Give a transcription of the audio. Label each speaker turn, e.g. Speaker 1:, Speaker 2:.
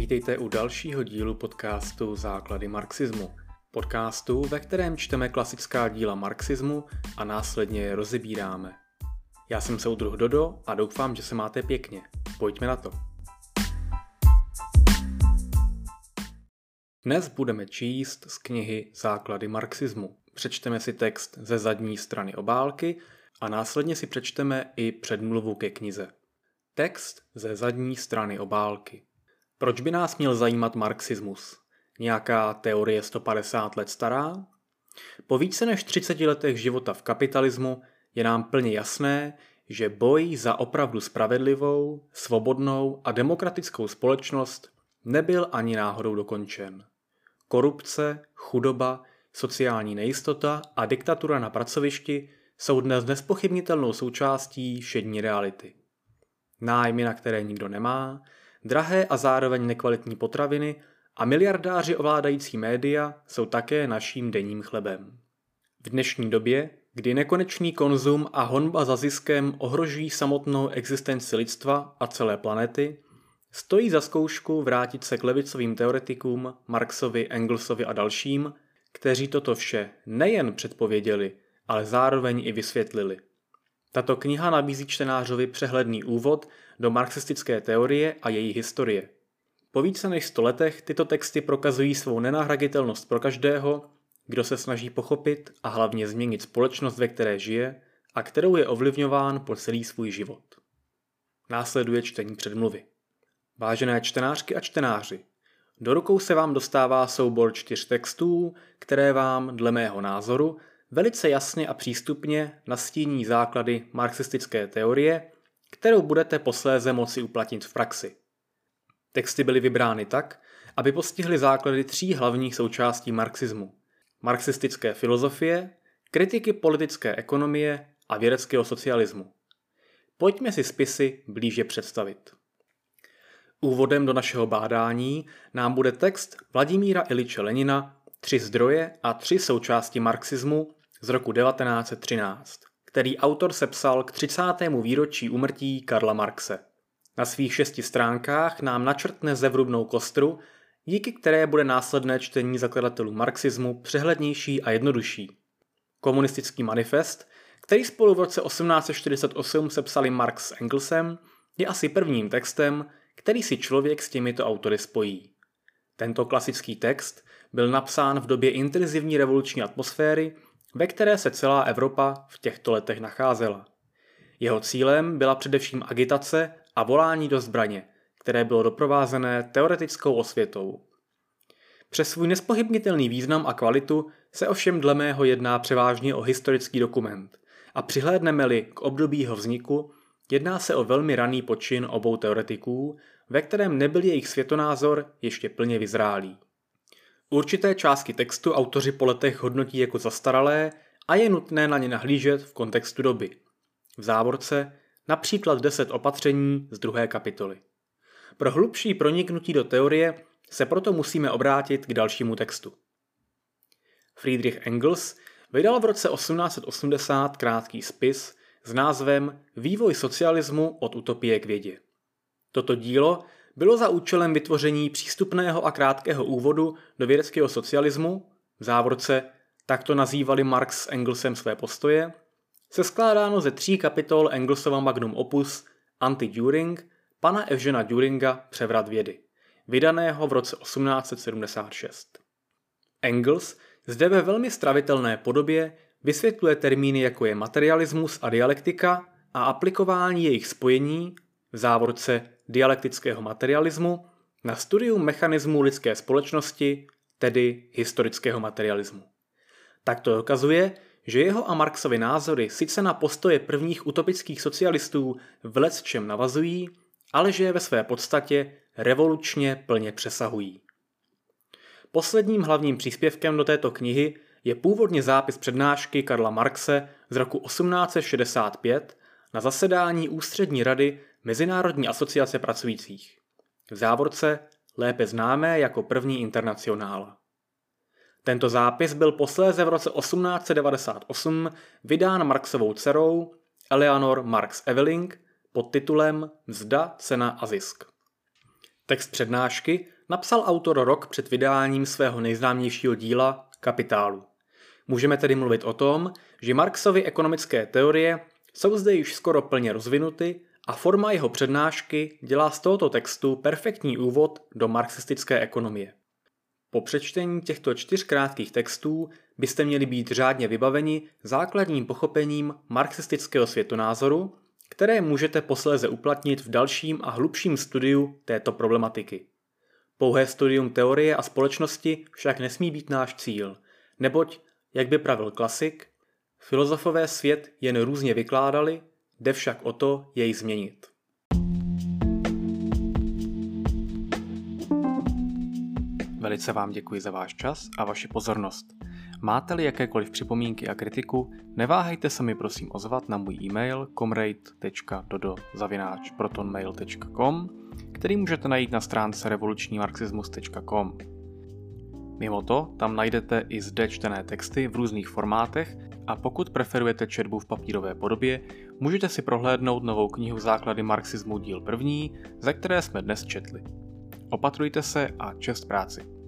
Speaker 1: Vítejte u dalšího dílu podcastu Základy marxismu. Podcastu, ve kterém čteme klasická díla marxismu a následně je rozebíráme. Já jsem soudruh Dodo a doufám, že se máte pěkně. Pojďme na to. Dnes budeme číst z knihy Základy marxismu. Přečteme si text ze zadní strany obálky a následně si přečteme i předmluvu ke knize. Text ze zadní strany obálky. Proč by nás měl zajímat marxismus? Nějaká teorie 150 let stará? Po více než 30 letech života v kapitalismu je nám plně jasné, že boj za opravdu spravedlivou, svobodnou a demokratickou společnost nebyl ani náhodou dokončen. Korupce, chudoba, sociální nejistota a diktatura na pracovišti jsou dnes nezpochybnitelnou součástí všední reality. Nájmy, na které nikdo nemá, drahé a zároveň nekvalitní potraviny a miliardáři ovládající média jsou také naším denním chlebem. V dnešní době, kdy nekonečný konzum a honba za ziskem ohrožují samotnou existenci lidstva a celé planety, stojí za zkoušku vrátit se k levicovým teoretikům Marxovi, Engelsovi a dalším, kteří toto vše nejen předpověděli, ale zároveň i vysvětlili. Tato kniha nabízí čtenářovi přehledný úvod do marxistické teorie a její historie. Po více než 100 letech tyto texty prokazují svou nenahraditelnost pro každého, kdo se snaží pochopit a hlavně změnit společnost, ve které žije a kterou je ovlivňován po celý svůj život. Následuje čtení předmluvy. Vážené čtenářky a čtenáři, do rukou se vám dostává soubor 4 textů, které vám, dle mého názoru, velice jasně a přístupně nastíní základy marxistické teorie, kterou budete posléze moci uplatnit v praxi. Texty byly vybrány tak, aby postihly základy 3 hlavních součástí marxismu: marxistické filozofie, kritiky politické ekonomie a vědeckého socialismu. Pojďme si spisy blíže představit. Úvodem do našeho bádání nám bude text Vladimíra Iljiče Lenina 3 zdroje a 3 součásti marxismu z roku 1913, který autor sepsal k 30. výročí úmrtí Karla Marxe. Na svých 6 stránkách nám načrtne zevrubnou kostru, díky které bude následné čtení zakladatelů marxismu přehlednější a jednodušší. Komunistický manifest, který spolu v roce 1848 sepsali Marx s Engelsem, je asi prvním textem, který si člověk s těmito autory spojí. Tento klasický text byl napsán v době intenzivní revoluční atmosféry, ve které se celá Evropa v těchto letech nacházela. Jeho cílem byla především agitace a volání do zbraně, které bylo doprovázené teoretickou osvětou. Přes svůj nezpochybnitelný význam a kvalitu se ovšem dle mého jedná převážně o historický dokument a přihlédneme-li k období jeho vzniku, jedná se o velmi raný počin obou teoretiků, ve kterém nebyl jejich světonázor ještě plně vyzrálý. Určité části textu autoři po letech hodnotí jako zastaralé a je nutné na ně nahlížet v kontextu doby. V závorce například 10 opatření z 2. kapitoly. Pro hlubší proniknutí do teorie se proto musíme obrátit k dalšímu textu. Friedrich Engels vydal v roce 1880 krátký spis s názvem Vývoj socialismu od utopie k vědě. Toto dílo bylo za účelem vytvoření přístupného a krátkého úvodu do vědeckého socialismu, v závorce takto nazývali Marx s Engelsem své postoje, se skládáno ze 3 kapitol Engelsova magnum opus Anti-Düring pana Eugena Düringa Převrat vědy, vydaného v roce 1876. Engels zde ve velmi stravitelné podobě vysvětluje termíny jako je materialismus a dialektika a aplikování jejich spojení, v závorce dialektického materialismu, na studium mechanismů lidské společnosti, tedy historického materialismu. Takto dokazuje, že jeho a Marxovy názory sice na postoje prvních utopických socialistů v lecčem navazují, ale že je ve své podstatě revolučně plně přesahují. Posledním hlavním příspěvkem do této knihy je původně zápis přednášky Karla Marxe z roku 1865 na zasedání Ústřední rady Mezinárodní asociace pracujících, v závorce lépe známé jako První internacionála. Tento zápis byl posléze v roce 1898 vydán Marxovou dcerou Eleanor Marx Eveling pod titulem Mzda, cena a zisk. Text přednášky Napsal autor rok před vydáním svého nejznámějšího díla Kapitálu. Můžeme tedy mluvit o tom, že Marxovy ekonomické teorie jsou zde již skoro plně rozvinuty a forma jeho přednášky dělá z tohoto textu perfektní úvod do marxistické ekonomie. Po přečtení těchto 4 krátkých textů byste měli být řádně vybaveni základním pochopením marxistického světonázoru, které můžete posléze uplatnit v dalším a hlubším studiu této problematiky. Pouhé studium teorie a společnosti však nesmí být náš cíl, neboť, jak by pravil klasik, filozofové svět jen různě vykládali, jde však o to jej změnit. Velice vám děkuji za váš čas a vaši pozornost. Máte-li jakékoliv připomínky a kritiku, neváhejte se mi prosím ozvat na můj e-mail comrade.dodo@protonmail.com, který můžete najít na stránce revolučnímarxismus.com. Mimo to, tam najdete i zde čtené texty v různých formátech a pokud preferujete četbu v papírové podobě, můžete si prohlédnout novou knihu Základy marxismu díl 1, ze které jsme dnes četli. Opatrujte se a čest práci.